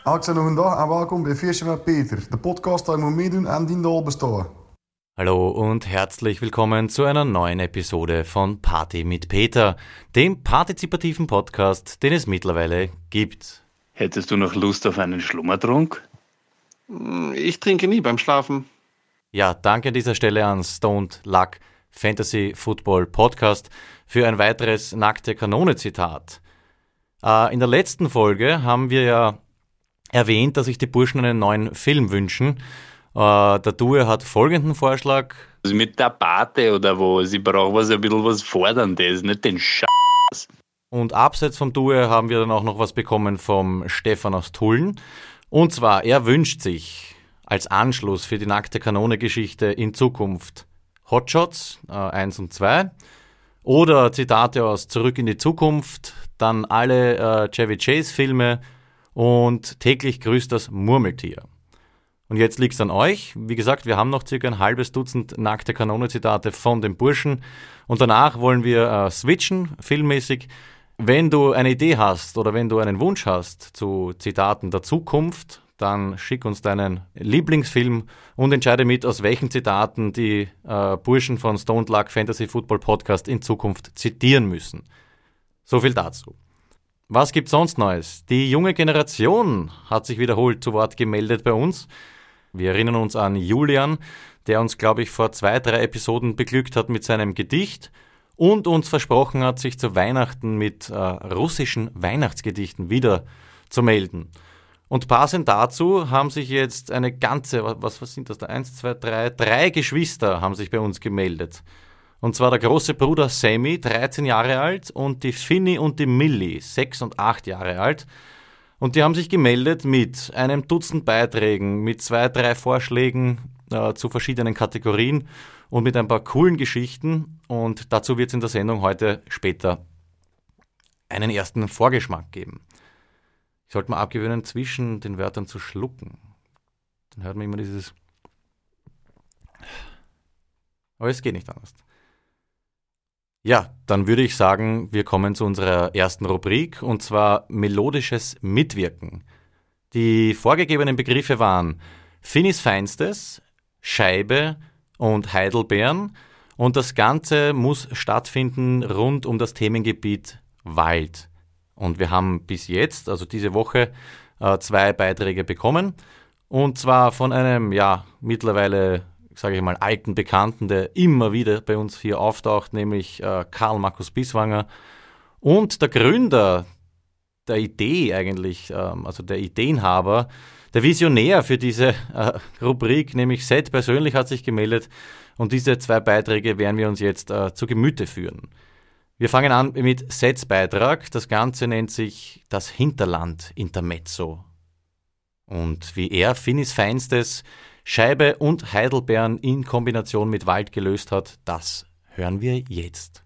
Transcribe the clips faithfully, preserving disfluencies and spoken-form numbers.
Ik zeg nog een dag en welkom bij Viertje met Peter, de podcast die moet meedoen en die al bestaan. Hallo und herzlich willkommen zu einer neuen Episode von Party mit Peter, dem partizipativen Podcast, den es mittlerweile gibt. Hättest du noch Lust auf einen Schlummertrunk? Ich trinke nie beim Schlafen. Ja, danke an dieser Stelle an Stoned Luck Fantasy Football Podcast für ein weiteres nackte Kanone-Zitat. Äh, in der letzten Folge haben wir ja erwähnt, dass sich die Burschen einen neuen Film wünschen. Äh, der Due hat folgenden Vorschlag. Also mit der Pate oder wo? Sie braucht was, ein bisschen was Forderndes, nicht den Scheiß. Und abseits vom Due haben wir dann auch noch was bekommen vom Stefan aus Tulln. Und zwar, er wünscht sich als Anschluss für die nackte Kanone-Geschichte in Zukunft Hotshots äh, eins und zwei oder Zitate aus Zurück in die Zukunft, dann alle äh, Chevy Chase-Filme und täglich grüßt das Murmeltier. Und jetzt liegt's an euch. Wie gesagt, wir haben noch circa ein halbes Dutzend nackte Kanone-Zitate von den Burschen und danach wollen wir äh, switchen, filmmäßig. Wenn du eine Idee hast oder wenn du einen Wunsch hast zu Zitaten der Zukunft, dann schick uns deinen Lieblingsfilm und entscheide mit, aus welchen Zitaten die äh, Burschen von Stoned Luck Fantasy Football Podcast in Zukunft zitieren müssen. So viel dazu. Was gibt's sonst Neues? Die junge Generation hat sich wiederholt zu Wort gemeldet bei uns. Wir erinnern uns an Julian, der uns, glaube ich, vor zwei, drei Episoden beglückt hat mit seinem Gedicht und uns versprochen hat, sich zu Weihnachten mit äh, russischen Weihnachtsgedichten wieder zu melden. Und passend dazu haben sich jetzt eine ganze, was, was sind das da? Eins, zwei, drei, drei Geschwister haben sich bei uns gemeldet. Und zwar der große Bruder Sammy, dreizehn Jahre alt, und die Finny und die Millie, sechs und acht Jahre alt. Und die haben sich gemeldet mit einem Dutzend Beiträgen, mit zwei, drei Vorschlägen äh, zu verschiedenen Kategorien und mit ein paar coolen Geschichten. Und dazu wird es in der Sendung heute später einen ersten Vorgeschmack geben. Ich sollte mal abgewöhnen, zwischen den Wörtern zu schlucken. Dann hört man immer dieses... Aber es geht nicht anders. Ja, dann würde ich sagen, wir kommen zu unserer ersten Rubrik, und zwar melodisches Mitwirken. Die vorgegebenen Begriffe waren Finnys Feinstes, Scheibe und Heidelbeeren, und das Ganze muss stattfinden rund um das Themengebiet Wald. Und wir haben bis jetzt, also diese Woche, äh, zwei Beiträge bekommen. Und zwar von einem, ja, mittlerweile, sage ich mal, alten Bekannten, der immer wieder bei uns hier auftaucht, nämlich äh, Karl Markus Biswanger. Und der Gründer der Idee eigentlich, ähm, also der Ideenhaber, der Visionär für diese äh, Rubrik, nämlich Seth persönlich, hat sich gemeldet. Und diese zwei Beiträge werden wir uns jetzt äh, zu Gemüte führen. Wir fangen an mit Seths Beitrag. Das Ganze nennt sich das Hinterland Intermezzo. Und wie er Finnys Feinstes, Scheibe und Heidelbeeren in Kombination mit Wald gelöst hat, das hören wir jetzt.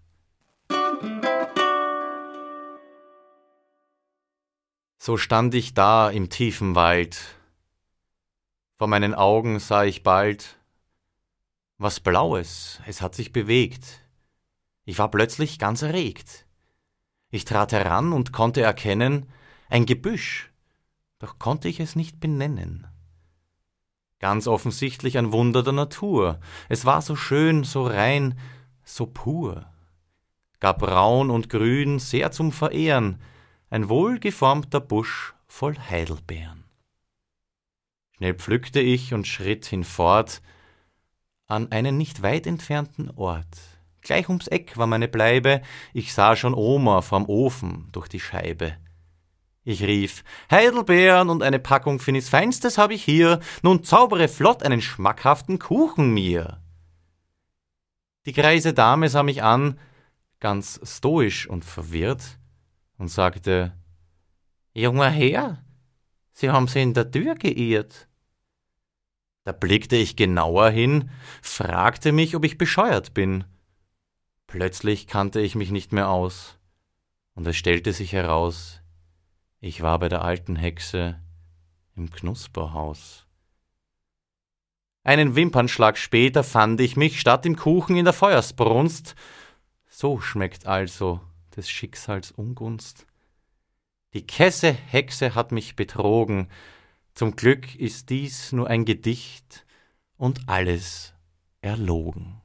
So stand ich da im tiefen Wald. Vor meinen Augen sah ich bald was Blaues, es hat sich bewegt. Ich war plötzlich ganz erregt. Ich trat heran und konnte erkennen, ein Gebüsch, doch konnte ich es nicht benennen. Ganz offensichtlich ein Wunder der Natur. Es war so schön, so rein, so pur. Gar braun und grün, sehr zum Verehren, ein wohlgeformter Busch voll Heidelbeeren. Schnell pflückte ich und schritt hinfort an einen nicht weit entfernten Ort. Gleich ums Eck war meine Bleibe, ich sah schon Oma vorm Ofen durch die Scheibe. Ich rief, Heidelbeeren und eine Packung Finnys Feinstes hab ich hier, nun zaubere flott einen schmackhaften Kuchen mir. Die greise Dame sah mich an, ganz stoisch und verwirrt, und sagte, Junger Herr, Sie haben sie in der Tür geirrt. Da blickte ich genauer hin, fragte mich, ob ich bescheuert bin. Plötzlich kannte ich mich nicht mehr aus, und es stellte sich heraus, ich war bei der alten Hexe im Knusperhaus. Einen Wimpernschlag später fand ich mich statt im Kuchen in der Feuersbrunst. So schmeckt also des Schicksals Ungunst. Die kesse Hexe hat mich betrogen. Zum Glück ist dies nur ein Gedicht und alles erlogen.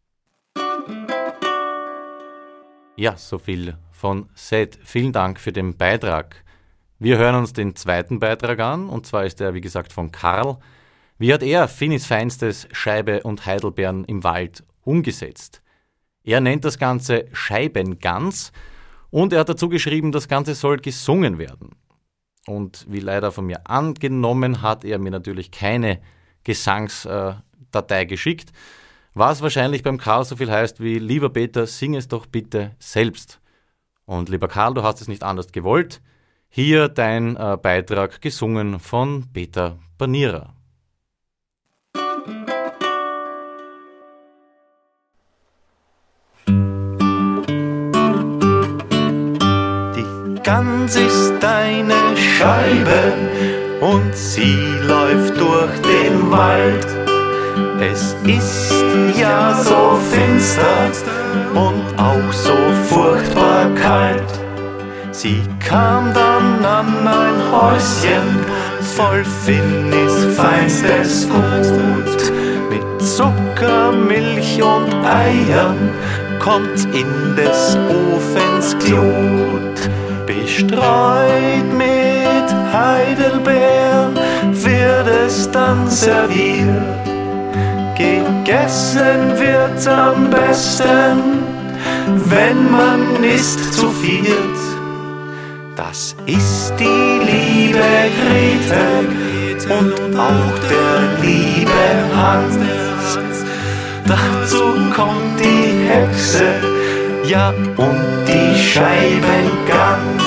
Ja, so viel von Seth. Vielen Dank für den Beitrag. Wir hören uns den zweiten Beitrag an, und zwar ist der, wie gesagt, von Karl. Wie hat er Finnis Feinstes Scheibe und Heidelbeeren im Wald umgesetzt? Er nennt das Ganze Scheibengans und er hat dazu geschrieben, das Ganze soll gesungen werden. Und wie leider von mir angenommen, hat er mir natürlich keine Gesangsdatei geschickt, was wahrscheinlich beim Karl so viel heißt wie: Lieber Peter, sing es doch bitte selbst. Und lieber Karl, du hast es nicht anders gewollt. Hier dein äh, Beitrag, gesungen von Peter Banierer. Die Gans ist eine Scheibe und sie läuft durch den Wald. Es ist ja so finster und auch so furchtbar kalt. Sie kam dann an ein Häuschen voll Finnis feinstes Gut. Mit Zucker, Milch und Eiern kommt in des Ofens Glut. Bestreut mit Heidelbeeren wird es dann serviert. Gegessen wird am besten, wenn man isst zu viert. Das ist die liebe Grete und auch der liebe Hans. Dazu kommt die Hexe, ja, und die Scheibengans.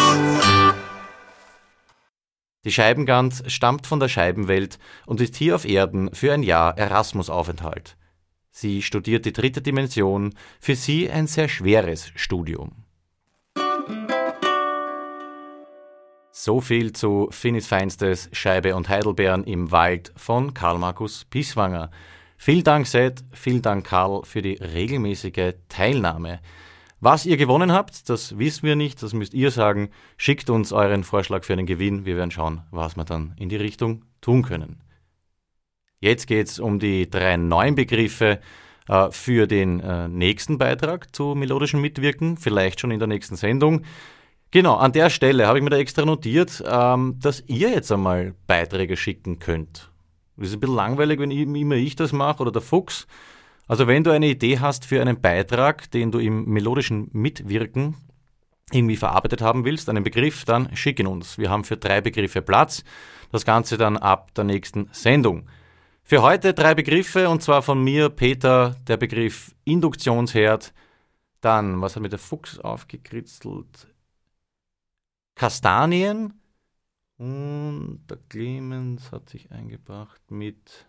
Die Scheibengans stammt von der Scheibenwelt und ist hier auf Erden für ein Jahr Erasmus-Aufenthalt. Sie studiert die dritte Dimension, für sie ein sehr schweres Studium. So viel zu Finnis Feinstes Scheibe und Heidelbeeren im Wald von Karl Markus Pieswanger. Vielen Dank, Seth, vielen Dank, Karl, für die regelmäßige Teilnahme. Was ihr gewonnen habt, das wissen wir nicht, das müsst ihr sagen. Schickt uns euren Vorschlag für einen Gewinn, wir werden schauen, was wir dann in die Richtung tun können. Jetzt geht es um die drei neuen Begriffe äh, für den äh, nächsten Beitrag zu melodischem Mitwirken, vielleicht schon in der nächsten Sendung. Genau, an der Stelle habe ich mir da extra notiert, ähm, dass ihr jetzt einmal Beiträge schicken könnt. Das ist ein bisschen langweilig, wenn immer ich das mache oder der Fuchs. Also wenn du eine Idee hast für einen Beitrag, den du im melodischen Mitwirken irgendwie verarbeitet haben willst, einen Begriff, dann schick ihn uns. Wir haben für drei Begriffe Platz. Das Ganze dann ab der nächsten Sendung. Für heute drei Begriffe, und zwar von mir, Peter, der Begriff Induktionsherd. Dann, was hat mir der Fuchs aufgekritzelt? Kastanien. Und der Clemens hat sich eingebracht mit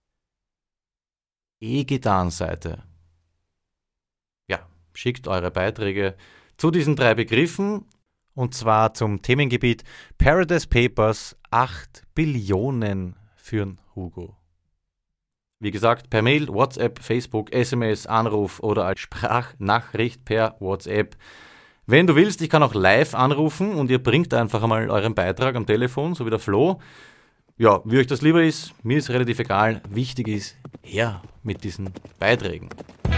E-Gitarrenseite. Ja, schickt eure Beiträge zu diesen drei Begriffen, und zwar zum Themengebiet Paradise Papers, acht Billionen für'n Hugo. Wie gesagt, per Mail, WhatsApp, Facebook, S M S, Anruf oder als Sprachnachricht per WhatsApp. Wenn du willst, ich kann auch live anrufen und ihr bringt einfach einmal euren Beitrag am Telefon, so wie der Flo. Ja, wie euch das lieber ist, mir ist relativ egal. Wichtig ist, her mit diesen Beiträgen.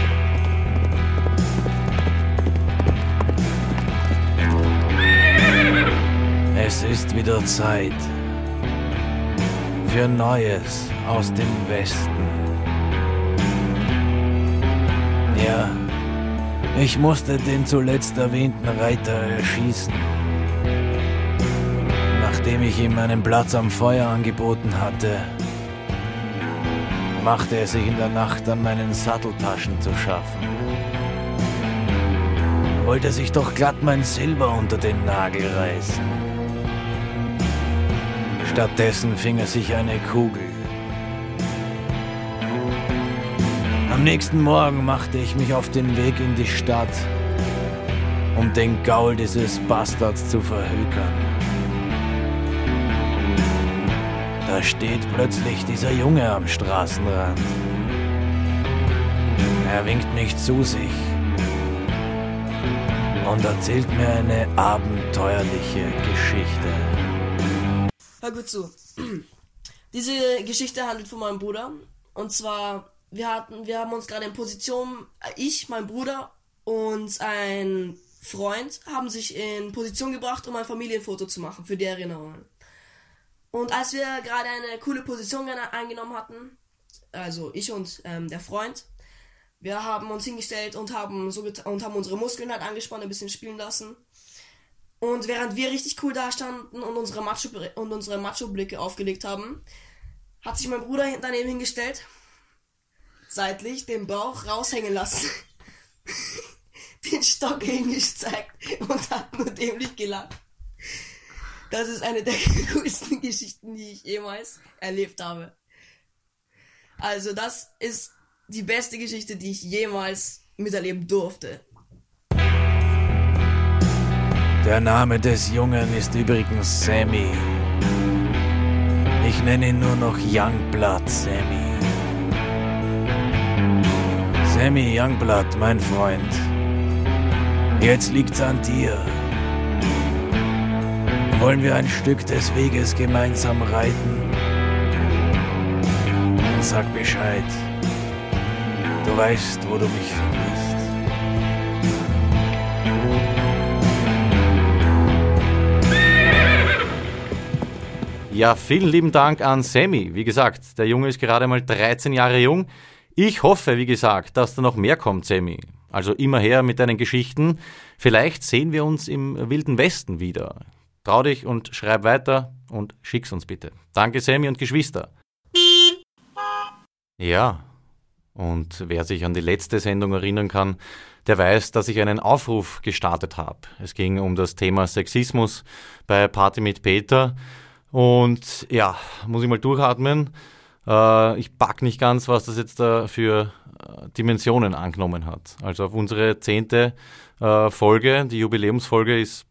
Es ist wieder Zeit für Neues aus dem Westen. Ja, ich musste den zuletzt erwähnten Reiter erschießen, nachdem ich ihm einen Platz am Feuer angeboten hatte. Machte er sich in der Nacht an meinen Satteltaschen zu schaffen. Er wollte sich doch glatt mein Silber unter den Nagel reißen. Stattdessen fing er sich eine Kugel. Am nächsten Morgen machte ich mich auf den Weg in die Stadt, um den Gaul dieses Bastards zu verhökern. Da steht plötzlich dieser Junge am Straßenrand. Er winkt mich zu sich. und erzählt mir eine abenteuerliche Geschichte. Hör gut zu. Diese Geschichte handelt von meinem Bruder. Und zwar, wir hatten, wir haben uns gerade in Position, ich, mein Bruder und ein Freund haben sich in Position gebracht, um ein Familienfoto zu machen für die Erinnerungen. Und als wir gerade eine coole Position eingenommen hatten, also ich und ähm, der Freund, wir haben uns hingestellt und haben so get- und haben unsere Muskeln halt angespannt, ein bisschen spielen lassen. Und während wir richtig cool dastanden und unsere Macho und unsere Macho-Blicke aufgelegt haben, hat sich mein Bruder daneben hingestellt, seitlich den Bauch raushängen lassen, den Stock hingezeigt und hat nur dämlich gelacht. Das ist eine der coolsten Geschichten, die ich jemals erlebt habe. Also das ist die beste Geschichte, die ich jemals miterleben durfte. Der Name des Jungen ist übrigens Sammy. Ich nenne ihn nur noch Youngblood Sammy. Sammy Youngblood, mein Freund. Jetzt liegt's an dir. Wollen wir ein Stück des Weges gemeinsam reiten? Und sag Bescheid. Du weißt, wo du mich findest. Ja, vielen lieben Dank an Sammy. Wie gesagt, der Junge ist gerade mal dreizehn Jahre jung. Ich hoffe, wie gesagt, dass da noch mehr kommt, Sammy. Also immer her mit deinen Geschichten. Vielleicht sehen wir uns im Wilden Westen wieder. Trau dich und schreib weiter und schick's uns bitte. Danke, Sammy und Geschwister. Ja, und wer sich an die letzte Sendung erinnern kann, der weiß, dass ich einen Aufruf gestartet habe. Es ging um das Thema Sexismus bei Party mit Peter. Und ja, muss ich mal durchatmen. Äh, ich pack nicht ganz, was das jetzt da für äh, Dimensionen angenommen hat. Also auf unsere zehnte äh, Folge, die Jubiläumsfolge, ist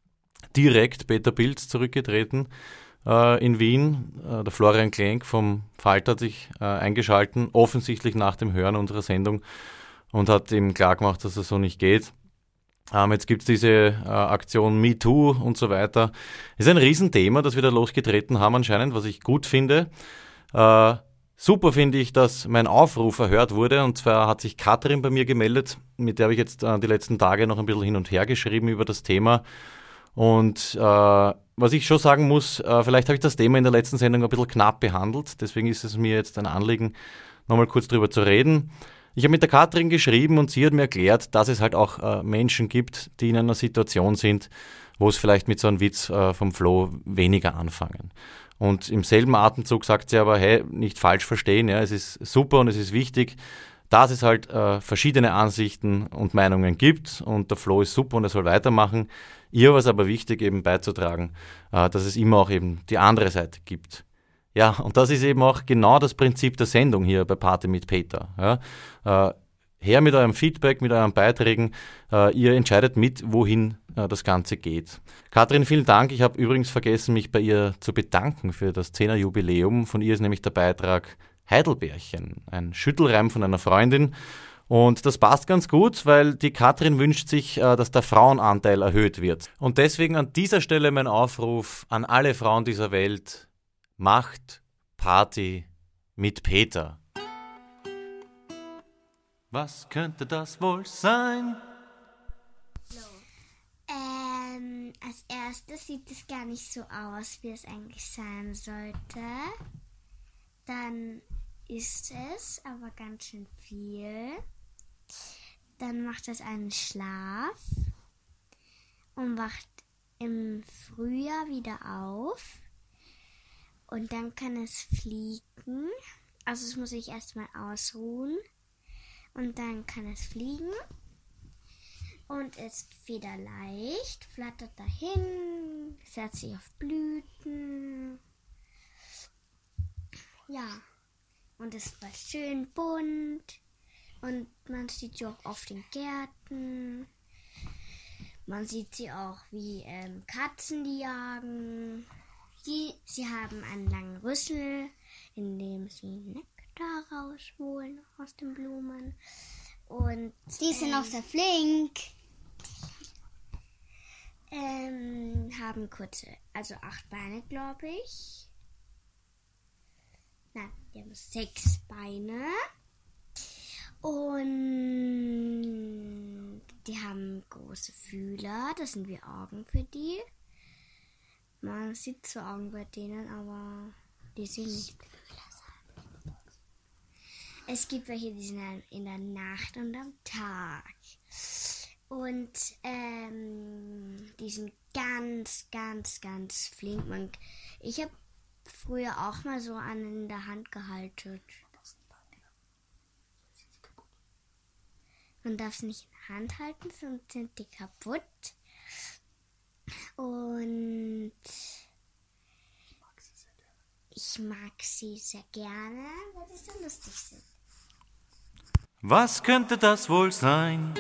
direkt Peter Pilz zurückgetreten äh, in Wien. Äh, der Florian Klenk vom Falter hat sich äh, eingeschalten, offensichtlich nach dem Hören unserer Sendung, und hat ihm klargemacht, dass das so nicht geht. Ähm, jetzt gibt es diese äh, Aktion MeToo und so weiter. Ist ein Riesenthema, das wir da losgetreten haben anscheinend, was ich gut finde. Äh, super finde ich, dass mein Aufruf erhört wurde, und zwar hat sich Katrin bei mir gemeldet, mit der habe ich jetzt äh, die letzten Tage noch ein bisschen hin und her geschrieben über das Thema. Und äh, was ich schon sagen muss, äh, vielleicht habe ich das Thema in der letzten Sendung ein bisschen knapp behandelt, deswegen ist es mir jetzt ein Anliegen, nochmal kurz drüber zu reden. Ich habe mit der Katrin geschrieben und sie hat mir erklärt, dass es halt auch äh, Menschen gibt, die in einer Situation sind, wo es vielleicht mit so einem Witz äh, vom Flo weniger anfangen. Und im selben Atemzug sagt sie aber, hey, nicht falsch verstehen, ja, es ist super und es ist wichtig, dass es halt äh, verschiedene Ansichten und Meinungen gibt, und der Flo ist super und er soll weitermachen. Ihr war es aber wichtig, eben beizutragen, äh, dass es immer auch eben die andere Seite gibt. Ja, und das ist eben auch genau das Prinzip der Sendung hier bei Party mit Peter. Ja, äh, her mit eurem Feedback, mit euren Beiträgen. Äh, ihr entscheidet mit, wohin äh, das Ganze geht. Katrin, vielen Dank. Ich habe übrigens vergessen, mich bei ihr zu bedanken für das zehner Jubiläum. Von ihr ist nämlich der Beitrag Heidelbärchen, ein Schüttelreim von einer Freundin. Und das passt ganz gut, weil die Katrin wünscht sich, äh, dass der Frauenanteil erhöht wird. Und deswegen an dieser Stelle mein Aufruf an alle Frauen dieser Welt: Macht Party mit Peter. Was könnte das wohl sein? Ähm, als erstes sieht es gar nicht so aus, wie es eigentlich sein sollte. Dann isst es aber ganz schön viel. Dann macht es einen Schlaf und wacht im Frühjahr wieder auf. Und dann kann es fliegen. Also es muss sich erstmal ausruhen. Und dann kann es fliegen. Und ist federleicht, flattert dahin, setzt sich auf Blüten. Ja, und es war schön bunt. Und man sieht sie auch auf den Gärten. Man sieht sie auch, wie ähm, Katzen die jagen. Die, sie haben einen langen Rüssel, in dem sie Nektar rausholen aus den Blumen. Und die sind ähm, auch sehr flink. ähm, haben kurze, also acht Beine, glaube ich. Nein, die haben sechs Beine. Und die haben große Fühler, das sind wie Augen für die. Man sieht so Augen bei denen, aber die sind nicht Fühler. Es gibt welche, die sind in der Nacht und am Tag. Und ähm, die sind ganz, ganz, ganz flink. Man, ich habe früher auch mal so einen in der Hand gehalten. Man darf es nicht in der Hand halten, sonst sind die kaputt. Und ich mag sie sehr gerne, weil sie so lustig sind. Was könnte das wohl sein?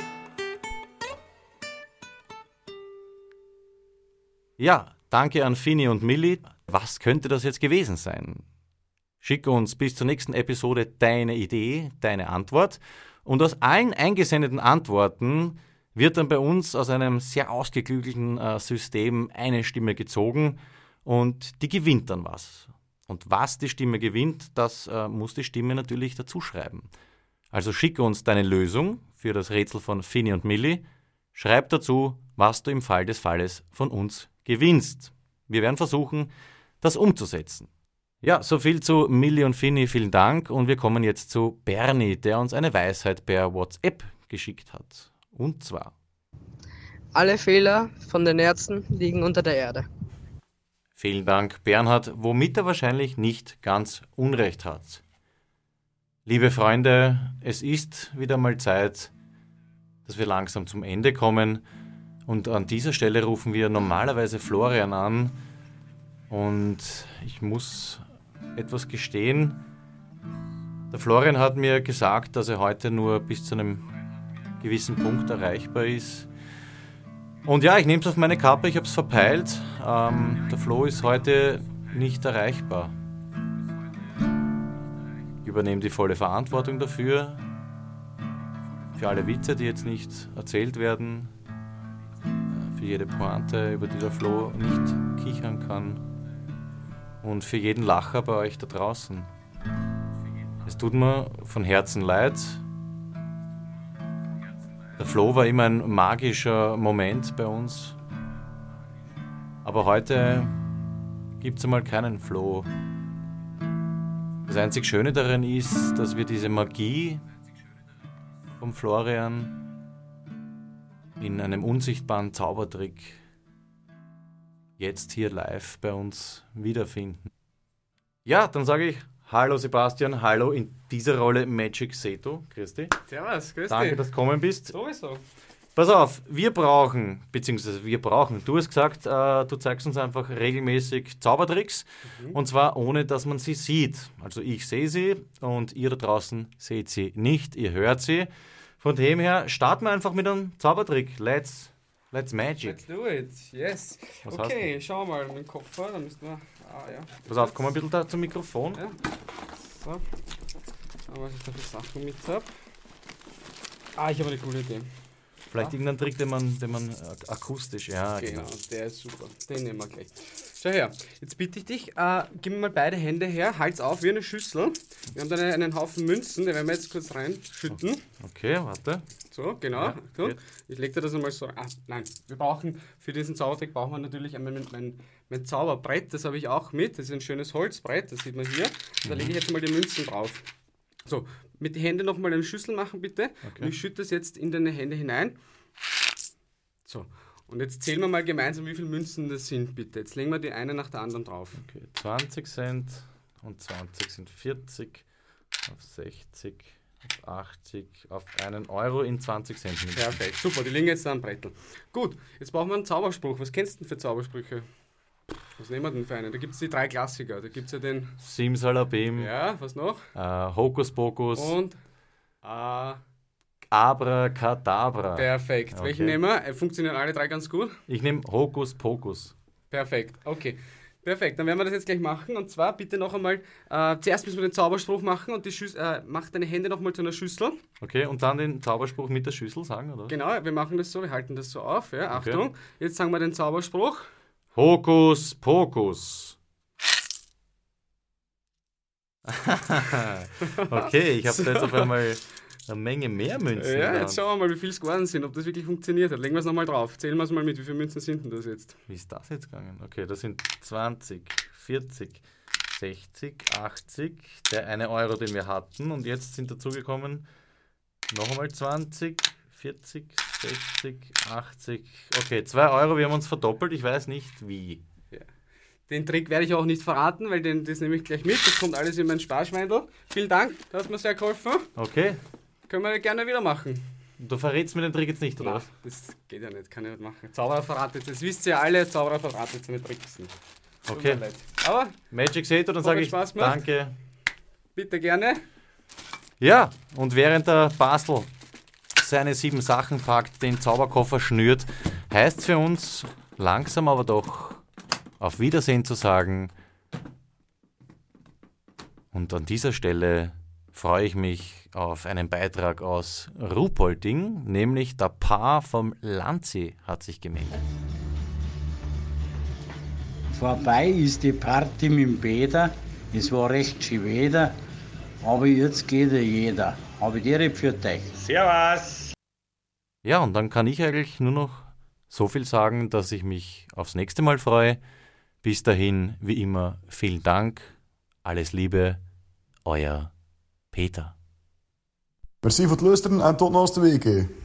Ja, danke an Fini und Milli. Was könnte das jetzt gewesen sein? Schicke uns bis zur nächsten Episode deine Idee, deine Antwort. Und aus allen eingesendeten Antworten wird dann bei uns aus einem sehr ausgeklügelten äh, System eine Stimme gezogen und die gewinnt dann was. Und was die Stimme gewinnt, das äh, muss die Stimme natürlich dazu schreiben. Also schicke uns deine Lösung für das Rätsel von Fini und Milli. Schreib dazu, was du im Fall des Falles von uns gewinnst. Wir werden versuchen, das umzusetzen. Ja, so viel zu Milli und Fini, vielen Dank. Und wir kommen jetzt zu Bernie, der uns eine Weisheit per WhatsApp geschickt hat. Und zwar: Alle Fehler von den Ärzten liegen unter der Erde. Vielen Dank, Bernhard, womit er wahrscheinlich nicht ganz Unrecht hat. Liebe Freunde, es ist wieder mal Zeit, dass wir langsam zum Ende kommen. Und an dieser Stelle rufen wir normalerweise Florian an. Und ich muss etwas gestehen. Der Florian hat mir gesagt, dass er heute nur bis zu einem gewissen Punkt erreichbar ist. Und ja, ich nehme es auf meine Kappe, ich habe es verpeilt. Ähm, der Flo ist heute nicht erreichbar. Ich übernehme die volle Verantwortung dafür. Für alle Witze, die jetzt nicht erzählt werden. Für jede Pointe, über die der Flo nicht kichern kann. Und für jeden Lacher bei euch da draußen. Es tut mir von Herzen leid. Der Flo war immer ein magischer Moment bei uns. Aber heute gibt es einmal keinen Flo. Das einzig Schöne daran ist, dass wir diese Magie vom Florian in einem unsichtbaren Zaubertrick jetzt hier live bei uns wiederfinden. Ja, dann sage ich hallo Sebastian, hallo in dieser Rolle Magic Seto. Grüß dich. Servus, grüß dich. Danke, dass du gekommen bist. Sowieso. Pass auf, wir brauchen, beziehungsweise wir brauchen, du hast gesagt, äh, du zeigst uns einfach regelmäßig Zaubertricks mhm. und zwar ohne, dass man sie sieht. Also ich sehe sie und ihr da draußen seht sie nicht, ihr hört sie. Von dem her starten wir einfach mit einem Zaubertrick. Let's Let's Magic. Let's do it, yes. Was okay, schauen wir mal in den Koffer, da müssen wir... Ah, ja. Pass auf, komm ein bisschen da zum Mikrofon. Ja. So. Schauen wir, was ich da für Sachen mit habe. Ah, ich habe eine coole Idee. Vielleicht ah. irgendeinen Trick, den man, den man akustisch... Ja, genau, genau. Der ist super. Den nehmen wir gleich. Schau her, jetzt bitte ich dich, äh, gib mir mal beide Hände her, halt's auf wie eine Schüssel. Wir haben da eine, einen Haufen Münzen, den werden wir jetzt kurz reinschütten. Okay, warte. So, genau. Ja, so. Ich lege dir das einmal so. Ah, nein, wir brauchen für diesen Zaubertrick brauchen wir natürlich einmal mein, mein, mein Zauberbrett, das habe ich auch mit. Das ist ein schönes Holzbrett, das sieht man hier. Da lege ich jetzt mal die Münzen drauf. So, mit den Händen nochmal eine Schüssel machen, bitte. Okay. Und ich schütte das jetzt in deine Hände hinein. So, und jetzt zählen wir mal gemeinsam, wie viele Münzen das sind, bitte. Jetzt legen wir die eine nach der anderen drauf. Okay, zwanzig Cent und zwanzig sind vierzig, auf sechzig, auf achtzig, auf einen Euro in zwanzig Cent. Perfekt, super, die liegen jetzt da am Brettel. Gut, jetzt brauchen wir einen Zauberspruch. Was kennst du denn für Zaubersprüche? Was nehmen wir denn für einen? Da gibt es die drei Klassiker. Da gibt es ja den... Simsalabim. Ja, was noch? Äh, Hokus Pokus. Und... Äh, Abracadabra. Perfekt. Okay. Welchen nehmen wir? Funktionieren alle drei ganz gut? Ich nehme Hokus Pokus. Perfekt, okay. Perfekt, dann werden wir das jetzt gleich machen. Und zwar bitte noch einmal, äh, zuerst müssen wir den Zauberspruch machen und die Schüs- äh, mach deine Hände nochmal zu einer Schüssel. Okay, und dann den Zauberspruch mit der Schüssel sagen, oder? Genau, wir machen das so, wir halten das so auf. Ja, Okay. Achtung, jetzt sagen wir den Zauberspruch. Hokus Pokus. Okay, ich habe So. da jetzt auf einmal eine Menge mehr Münzen. in Ja, der jetzt Hand. schauen wir mal, wie viel es geworden sind, ob das wirklich funktioniert hat. Legen wir es nochmal drauf. Zählen wir es mal mit, wie viele Münzen sind denn das jetzt? Wie ist das jetzt gegangen? Okay, das sind zwanzig, vierzig, sechzig, achtzig, der eine Euro, den wir hatten. Und jetzt sind dazugekommen noch einmal zwanzig, vierzig, sechzig, achtzig. Okay, zwei Euro, wir haben uns verdoppelt. Ich weiß nicht wie. Den Trick werde ich auch nicht verraten, weil den, das nehme ich gleich mit. Das kommt alles in mein Sparschweindel. Vielen Dank, du hast mir sehr geholfen. Okay, Können wir gerne wieder machen. du verrätst mir den Trick jetzt nicht, oder Nein, was? das geht ja nicht, kann ich nicht machen. Zauberer verratet, das wisst ihr ja alle, Zauberer verratet seine Tricks nicht. Tut Okay. mir leid. Aber Magic Seto, dann Hat sage euch ich Spaß gemacht? danke. bitte gerne. Ja, und während der Bastel seine sieben Sachen packt, den Zauberkoffer schnürt, heißt für uns langsam aber doch auf Wiedersehen zu sagen. Und an dieser Stelle freue ich mich auf einen Beitrag aus Ruhpolding, nämlich der Paar vom Lanzi hat sich gemeldet. Vorbei ist die Party mit dem Peter. Es war recht schön Wetter, aber jetzt geht ja jeder. Habe ich dir für euch. Servus! Ja, und dann kann ich eigentlich nur noch so viel sagen, dass ich mich aufs nächste Mal freue. Bis dahin, wie immer, vielen Dank, alles Liebe, euer Peter. Merci voor het luisteren en tot naast de week.